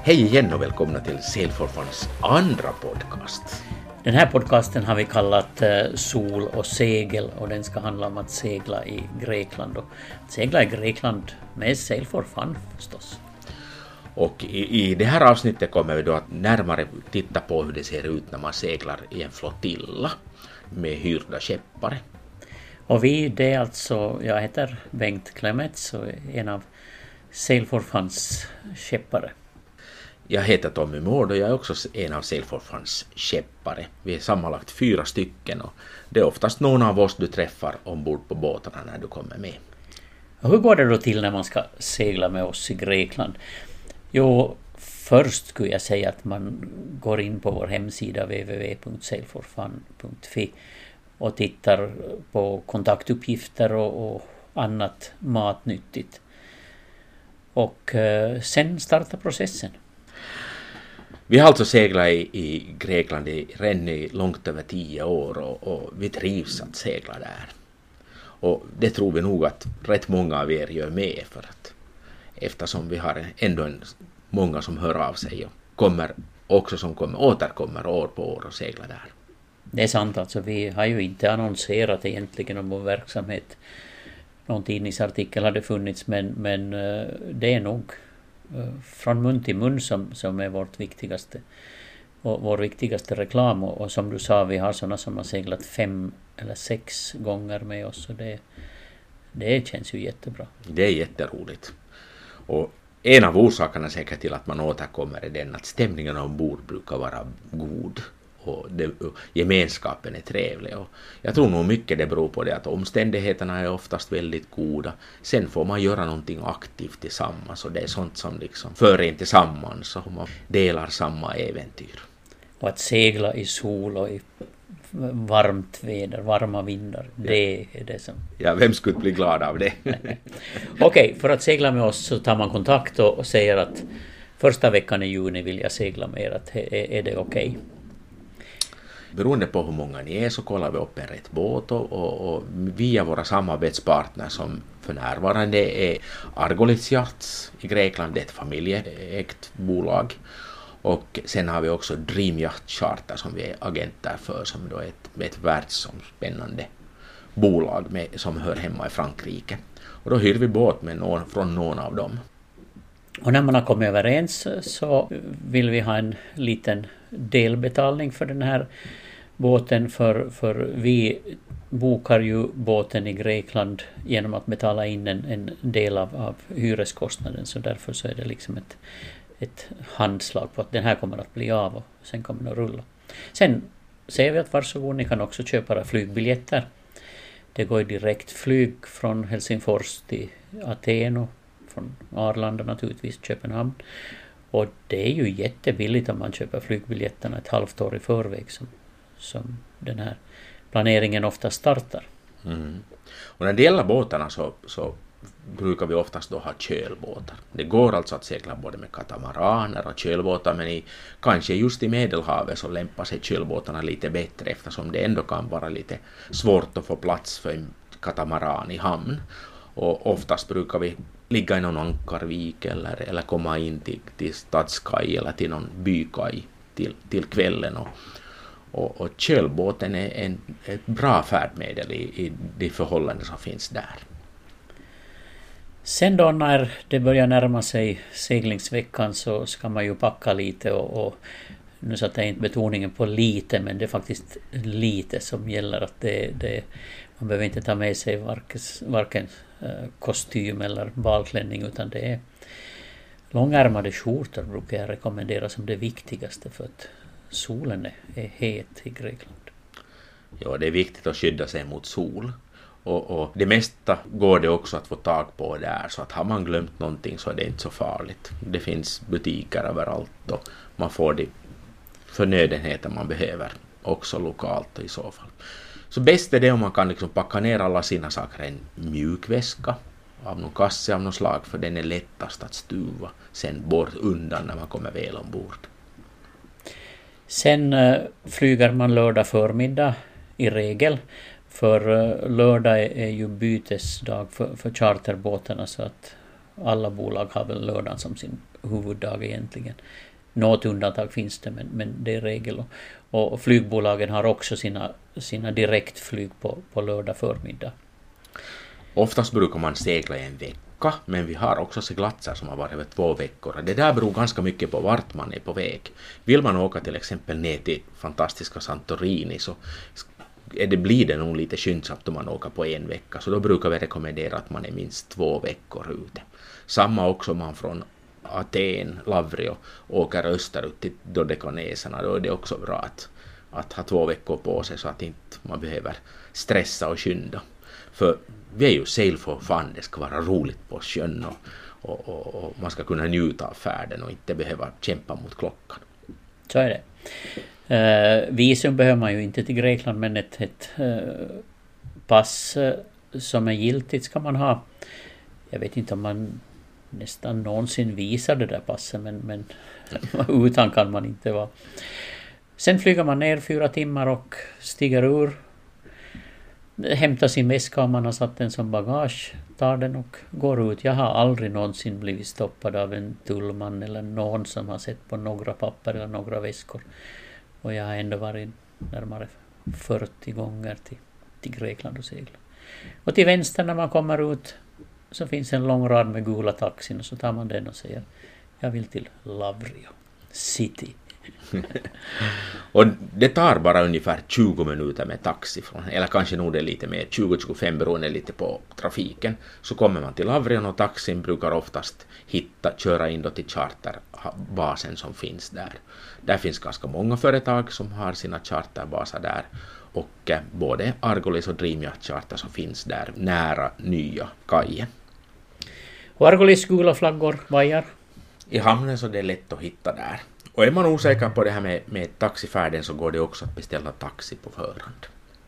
Hej igen och välkomna till Sail for Funs andra podcast. Den här podcasten har vi kallat Sol och segel och den ska handla om att segla i Grekland. Och att segla i Grekland med Sail for Fun förstås. Och i det här avsnittet kommer vi då att närmare titta på hur det ser ut när man seglar i en flottilla med hyrda skeppare. Och vi, det är alltså, jag heter Bengt Klemets och är en av Sail for Funs skeppare. Jag heter Tommy Mård och jag är också en av Sail for Funs skeppare. Vi är sammanlagt 4 stycken och det är oftast någon av oss du träffar ombord på båtarna när du kommer med. Och hur går det då till när man ska segla med oss i Grekland? Jo, först skulle jag säga att man går in på vår hemsida www.sailforfun.fi och tittar på kontaktuppgifter och annat matnyttigt. Och sen startar processen. Vi har alltså seglat i Grekland redan i långt över 10 år och vi trivs att segla där. Och det tror vi nog att rätt många av er gör med för att eftersom vi har ändå många som hör av sig och återkommer år på år och seglar där. Det är sant, alltså vi har ju inte annonserat egentligen om vår verksamhet. Någon tidningsartikel hade funnits men det är nog från mun till mun som är vår viktigaste reklam. Och som du sa, vi har sådana som har seglat 5 eller 6 gånger med oss och det känns ju jättebra. Det är jätteroligt. Och en av orsakerna säkert till att man återkommer är den att stämningen ombord brukar vara god. Och gemenskapen är trevlig och jag tror nog mycket det beror på det att omständigheterna är oftast väldigt goda. Sen får man göra någonting aktivt tillsammans och det är sånt som liksom för in tillsammans och man delar samma äventyr. Och att segla i sol och i varmt väder, varma vindar, det är det som... Ja, vem skulle bli glad av det? Okej, för att segla med oss så tar man kontakt och säger att första veckan i juni vill jag segla med er, att är det okej? Beroende på hur många ni är så kollar vi upp en rätt båt och via våra samarbetspartner som för närvarande är Argolis Yachts i Grekland, det är ett familjeägt bolag. Och sen har vi också Dream Yacht Charter som vi är agenter för som då är ett världsomspännande bolag som hör hemma i Frankrike. Och då hyr vi båt från någon av dem. Och när man har kommit överens så vill vi ha en liten delbetalning för den här båten för vi bokar ju båten i Grekland genom att betala in en del av hyreskostnaden, så därför så är det liksom ett handslag på att den här kommer att bli av och sen kommer den att rulla. Sen säger vi att varsågod, ni kan också köpa flygbiljetter. Det går direkt flyg från Helsingfors till Aten och från Arlanda naturligtvis, Köpenhamn. Och det är ju jättebilligt om man köper flygbiljetterna ett halvt år i förväg som den här planeringen ofta startar. Mm. Och när det gäller båtarna så brukar vi oftast då ha kölbåtar. Det går alltså att segla både med katamaraner och kölbåtar, men kanske just i Medelhavet så lämpar sig kölbåtarna lite bättre eftersom det ändå kan vara lite svårt att få plats för en katamaran i hamn. Och oftast brukar vi ligga i någon ankarvik eller komma in till stadskaj eller till någon bykaj till kvällen. Och kölbåten är ett bra färdmedel i de förhållanden som finns där. Sen då när det börjar närma sig seglingsveckan så ska man ju packa lite och nu satte jag inte betoningen på lite, men det är faktiskt lite som gäller, att man behöver inte ta med sig varken kostym eller balklänning, utan det är långärmade skjortor brukar jag rekommendera som det viktigaste för att solen är het i Grekland. Ja, det är viktigt att skydda sig mot sol. Och det mesta går det också att få tag på där, så att har man glömt någonting så är det inte så farligt. Det finns butiker överallt och man får de förnödenheter man behöver också lokalt i så fall. Så bäst är det om man kan liksom packa ner alla sina saker i en mjukväska av någon kasse av något slag, för den är lättast att stuva sen bort undan när man kommer väl ombord. Sen flyger man lördag förmiddag i regel, för lördag är ju bytesdag för charterbåtarna, så att alla bolag har väl lördagen som sin huvuddag egentligen. Något undantag finns det, men det är regel. Och flygbolagen har också sina direktflyg på lördag förmiddag. Oftast brukar man segla i en vecka, men vi har också seglatser som har varit över 2 veckor. Det där beror ganska mycket på vart man är på väg. Vill man åka till exempel ner till fantastiska Santorini så blir det nog lite skyndsamt om man åker på 1 vecka. Så då brukar vi rekommendera att man är minst 2 veckor ute. Samma också om man från Aten, Lavrio åker österut till Dodekaneserna. Då är det också bra att ha 2 veckor på sig så att inte man behöver stressa och skynda. För vi är ju sail for fun, det ska vara roligt på sjön och man ska kunna njuta av färden och inte behöva kämpa mot klockan. Så är det. Visum behöver man ju inte till Grekland, men ett pass som är giltigt ska man ha. Jag vet inte om man nästan någonsin visar det där passet, men utan kan man inte vara. Sen flyger man ner 4 timmar och stiger ur. Hämtar sin väska om man har satt den som bagage, tar den och går ut. Jag har aldrig någonsin blivit stoppad av en tullman eller någon som har sett på några papper eller några väskor. Och jag har ändå varit närmare 40 gånger till Grekland och segla. Och till vänster när man kommer ut så finns en lång rad med gula taxin och så tar man den och säger jag vill till Lavrio City. Och det tar bara ungefär 20 minuter med taxi eller kanske nog det lite mer, 20-25 beroende lite på trafiken, så kommer man till Lavrion och taxin brukar oftast köra in då till charterbasen som finns där. Där finns ganska många företag som har sina charterbaser där och både Argolis och Dream Yacht Charter som finns där nära nya kajen. Och Argolis gula flaggor vajar? I hamnen så det är lätt att hitta där. Och är man osäker på det här med taxifärden så går det också att beställa taxi på förhand.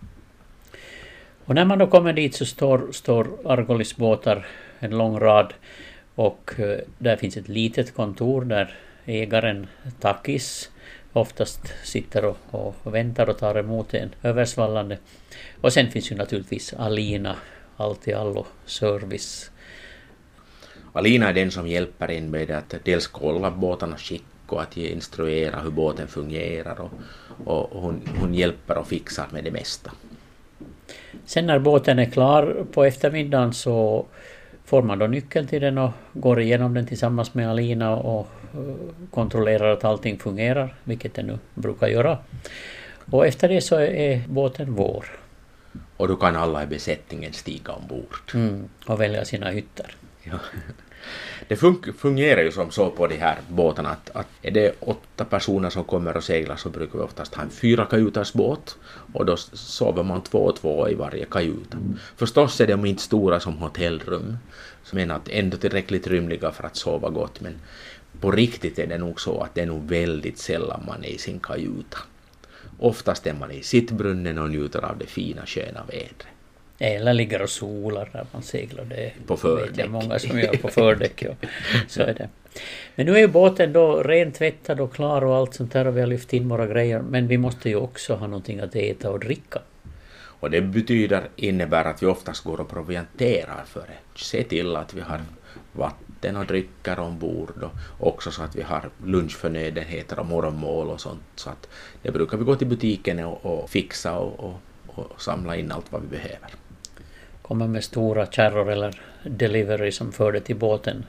Och när man då kommer dit så står Argolis båtar en lång rad och där finns ett litet kontor där ägaren Takis oftast sitter och väntar och tar emot en översvallande. Och sen finns ju naturligtvis Alina, allt i allo service. Alina är den som hjälper en med att dels kolla båtarnas skick och att instruera hur båten fungerar och hon hjälper och fixar med det mesta. Sen när båten är klar på eftermiddagen så får man då nyckeln till den och går igenom den tillsammans med Alina och kontrollerar att allting fungerar, vilket den nu brukar göra. Och efter det så är båten vår. Och då kan alla i besättningen stiga ombord. Och välja sina hytter. Ja. Det fungerar ju som så på de här båtarna att är det 8 personer som kommer och seglar så brukar vi oftast ha en 4 kajuters båt och då sover man 2 och 2 i varje kajuta. Förstås är de inte stora som hotellrum, men att ändå tillräckligt rymliga för att sova gott, men på riktigt är det nog så att det är nog väldigt sällan man är i sin kajuta. Oftast är man i sittbrunnen och njuter av det fina sköna vädret. Eller ligger och solar när man seglar. Det på fördäck. Det är många som gör på fördäck. Ja. Så är det. Men nu är ju båten då rent tvättad och klar och allt sånt där och vi har lyft in våra grejer. Men vi måste ju också ha någonting att äta och dricka. Och det innebär att vi oftast går och provianterar för det. Se till att vi har vatten och drycker ombord och också så att vi har lunchförnödenheter och morgonmål och sånt. Så att det brukar vi gå till butiken och fixa och samla in allt vad vi behöver. Kommer med stora kärror eller delivery som för det till båten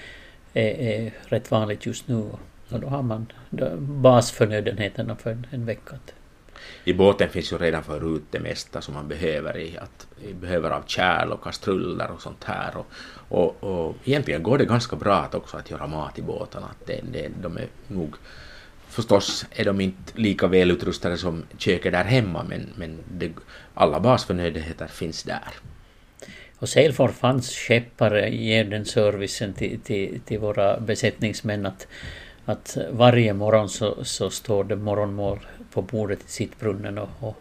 är rätt vanligt just nu. Och då har man basförnödenheterna för en vecka. I båten finns ju redan förut det mesta som man behöver vi behöver av kärl och kastruller och sånt här. Och egentligen går det ganska bra också att göra mat i båtarna. De är nog, förstås är de inte lika väl utrustade som köket där hemma, men alla basförnödenheter finns där. Och Sail for Funs skeppare ger den servicen till våra besättningsmän att varje morgon så står det morgonmål på bordet i sittbrunnen och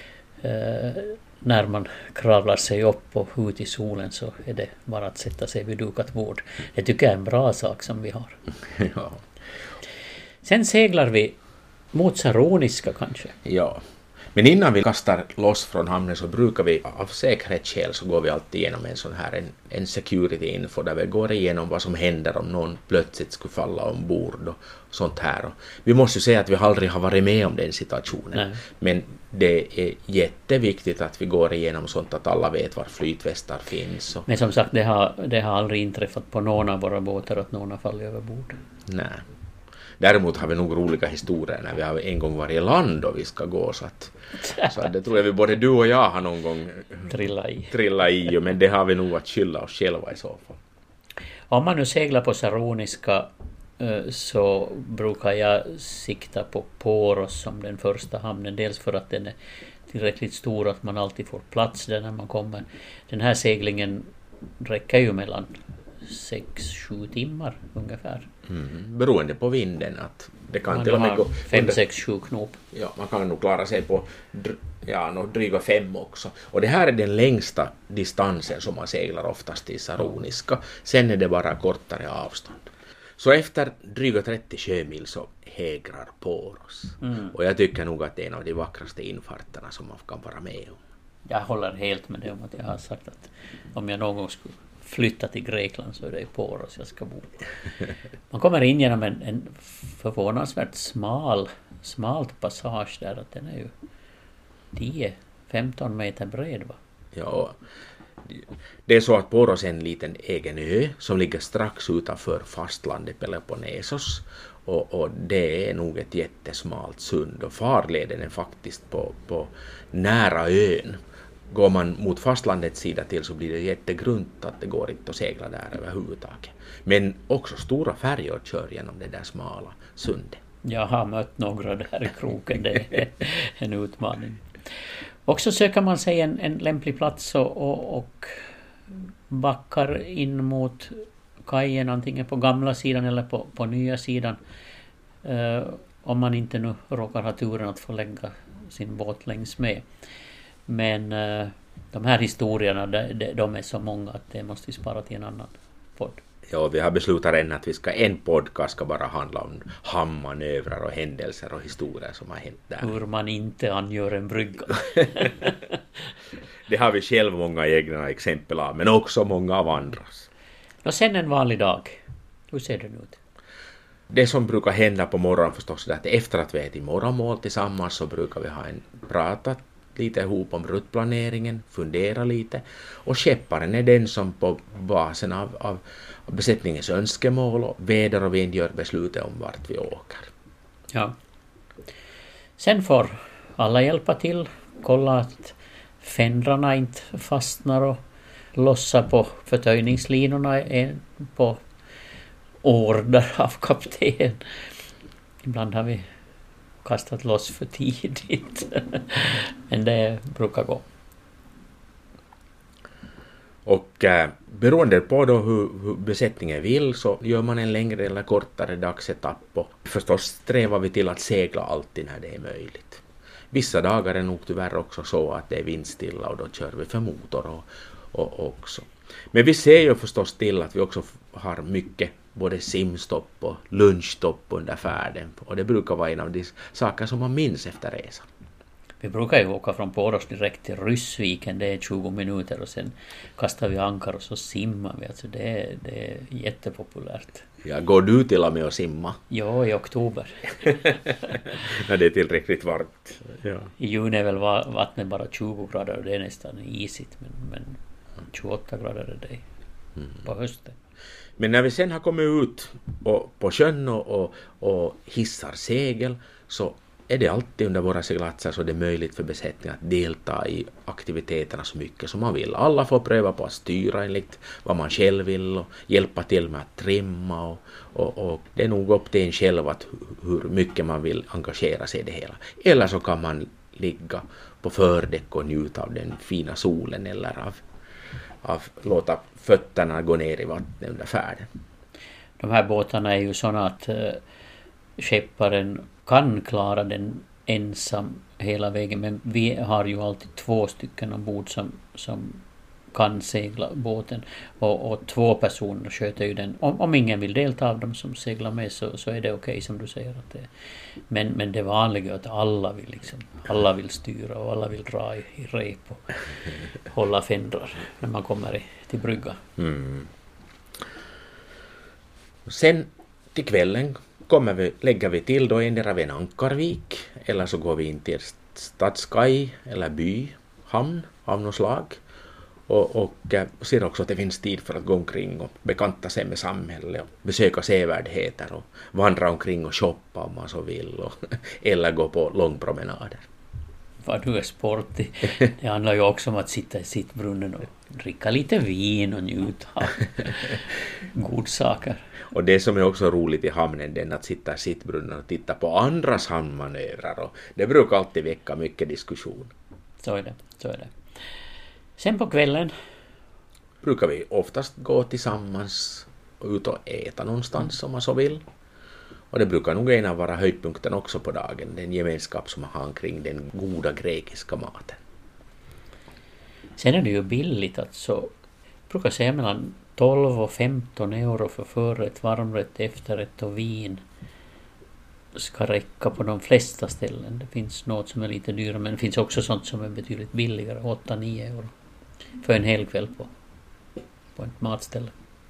när man kravlar sig upp och ut i solen så är det bara att sätta sig vid dukat bord. Det tycker jag är en bra sak som vi har. Ja. Sen seglar vi mot Saroniska kanske. Ja. Men innan vi kastar loss från hamnen så brukar vi av säkerhetsskäl så går vi alltid igenom en sån här en security info där vi går igenom vad som händer om någon plötsligt skulle falla ombord och sånt här. Och vi måste ju säga att vi aldrig har varit med om den situationen. Nej. Men det är jätteviktigt att vi går igenom sånt att alla vet var flytvästar finns. Men som sagt, det har aldrig inträffat på någon av våra båtar att någon har fallit över bord. Nej. Däremot har vi nog roliga historier när vi har en gång varit i land och vi ska gå så att det tror jag vi både du och jag har någon gång trilla i men det har vi nog att skylla oss själva i så fall. Om man nu seglar på Saroniska så brukar jag sikta på Poros som den första hamnen, dels för att den är tillräckligt stor att man alltid får plats där när man kommer. Den här seglingen räcker ju mellan 6-7 timmar ungefär. Beroende på vinden att det kan till och med gå 5-6-7 knop. Ja, man kan nog klara sig på dryga 5 också. Och det här är den längsta distansen som man seglar oftast i Saroniska. Sen är det bara kortare avstånd. Så efter dryga 30 sjömil så hägrar Poros. Och jag tycker nog att det är en av de vackraste infarterna som man kan vara med om. Jag håller helt med det om att jag har sagt att om jag någon gång skulle flytta till Grekland så är det i Poros jag ska bo. Man kommer in genom en förvånansvärt smalt passage där, att den är ju 10-15 meter bred, va? Ja, det är så att Poros är en liten egen ö som ligger strax utanför fastlandet Peloponnesos och det är nog ett jättesmalt sund och farleden är faktiskt på nära ön. Går man mot fastlandets sida till så blir det jättegrunt att det går inte att segla där överhuvudtaget. Men också stora färjor kör genom det där smala sundet. Jag har mött några där i kroken, det är en utmaning. Och så söker man sig en lämplig plats och backar in mot kajen antingen på gamla sidan eller på nya sidan. Om man inte nu råkar ha turen att få lägga sin båt längs med. Men de här historierna, de är så många att det måste vi spara till en annan podd. Ja, vi har beslutat än att en podcast ska bara handla om hamnmanövrar och händelser och historier som har hänt där. Hur man inte angör en brygga. Det har vi själv många egna exempel av, men också många av andras. Och sen en vanlig dag. Hur ser den ut? Det som brukar hända på morgonen förstås är att efter att vi ätit morgonmål tillsammans så brukar vi ha pratat lite ihop om ruttplaneringen, fundera lite. Och skepparen är den som på basen av besättningens önskemål och väder och vind gör beslutet om vart vi åker. Ja. Sen får alla hjälpa till, kolla att fändrarna inte fastnar och lossa på förtöjningslinorna på order av kapten. Ibland har vi kastat loss för tidigt. Men det brukar gå. Och beroende på då hur besättningen vill så gör man en längre eller kortare dagsetapp och förstås strävar vi till att segla alltid när det är möjligt. Vissa dagar är nog tyvärr också så att det är vindstilla och då kör vi för motor och också. Men vi ser ju förstås till att vi också har mycket både simstopp och lunchstopp under färden. Och det brukar vara en av de saker som man minns efter resan. Vi brukar ju åka från Poros direkt till Ryssviken, det är 20 minuter och sen kastar vi ankar och så simmar vi. Alltså det är jättepopulärt. Ja, går du till och med att simma? Ja, i oktober. När det är tillräckligt varmt. Ja. I juni är väl vattnet bara 20 grader och det är nästan isigt, men 28 grader är det på hösten. Men när vi sen har kommit ut på sjön och hissar segel så är det alltid under våra seglatser så det är möjligt för besättningen att delta i aktiviteterna så mycket som man vill. Alla får pröva på att styra enligt vad man själv vill och hjälpa till med att trimma och det är nog upp till en själv att hur mycket man vill engagera sig i det hela. Eller så kan man ligga på fördäck och njuta av den fina solen eller av låta fötterna gå ner i vattnet under färden. De här båtarna är ju sådana att skepparen kan klara den ensam hela vägen, men vi har ju alltid 2 stycken ombord som kan segla båten. Och 2 personer sköter ju den. Om ingen vill delta av dem som seglar med så är det okej, som du säger. Att det, men det vanliga är att alla vill styra och alla vill dra i rep och hålla fändrar när man kommer till brygga. Mm. Sen till kvällen lägger vi till då endera vid en ankarvik, eller så går vi in till stadskaj eller by, hamn av något slag, och ser också att det finns tid för att gå omkring och bekanta sig med samhället och besöka sevärdheter och vandra omkring och shoppa om man så vill, eller gå på långpromenader. Vad du är sportig. Det handlar ju också om att sitta i sittbrunnen och dricka lite vin och njuta av godsaker. Och det som är också roligt i hamnen, det är att sitta i sittbrunnen och titta på andras hamnmanövrar, och det brukar alltid väcka mycket diskussion. Så är det. Sen på kvällen brukar vi oftast gå tillsammans och ut och äta någonstans om man så vill. Och det brukar nog en av vara höjdpunkten också på dagen, den gemenskap som man har kring den goda grekiska maten. Sen är det ju billigt, alltså. Jag brukar säga mellan 12 och 15 euro för förrätt, varmrätt, efterrätt och vin ska räcka på de flesta ställen. Det finns något som är lite dyrare, men det finns också sånt som är betydligt billigare, 8-9 euro för en hel kväll på ett matställe.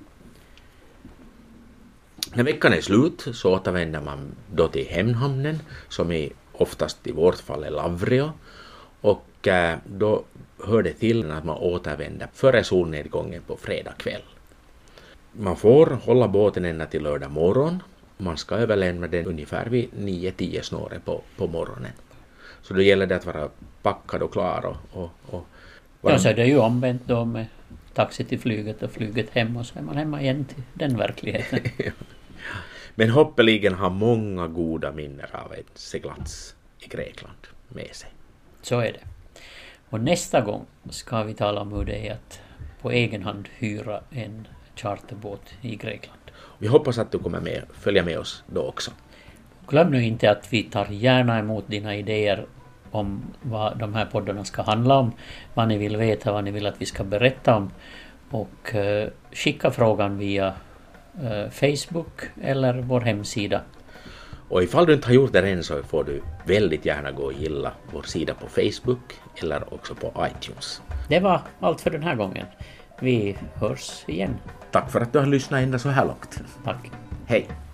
När veckan är slut så återvänder man då till hemhamnen, som är oftast i vårt fall är Lavrio, och då hör det till att man återvänder före solnedgången på fredag kväll. Man får hålla båten ända till lördag morgon. Man ska överlämna den ungefär vid 9-10 snåret på morgonen. Så då gäller det att vara packad och klar. Ja, så är det ju omvänt då med taxi till flyget och flyget hem, och så är man hemma igen till den verkligheten. Men hoppeligen har många goda minnen av en seglats i Grekland med sig. Så är det. Och nästa gång ska vi tala om hur det är att på egen hand hyra en charterbåt i Grekland. Vi hoppas att du kommer följa med oss då också. Glöm nu inte att vi tar gärna emot dina idéer om vad de här poddarna ska handla om, vad ni vill veta, vad ni vill att vi ska berätta om, och skicka frågan via Facebook eller vår hemsida. Och ifall du inte har gjort det än så får du väldigt gärna gå och gilla vår sida på Facebook eller också på iTunes. Det var allt för den här gången. Vi hörs igen. Tack för att du har lyssnat ända så här långt. Tack. Hej.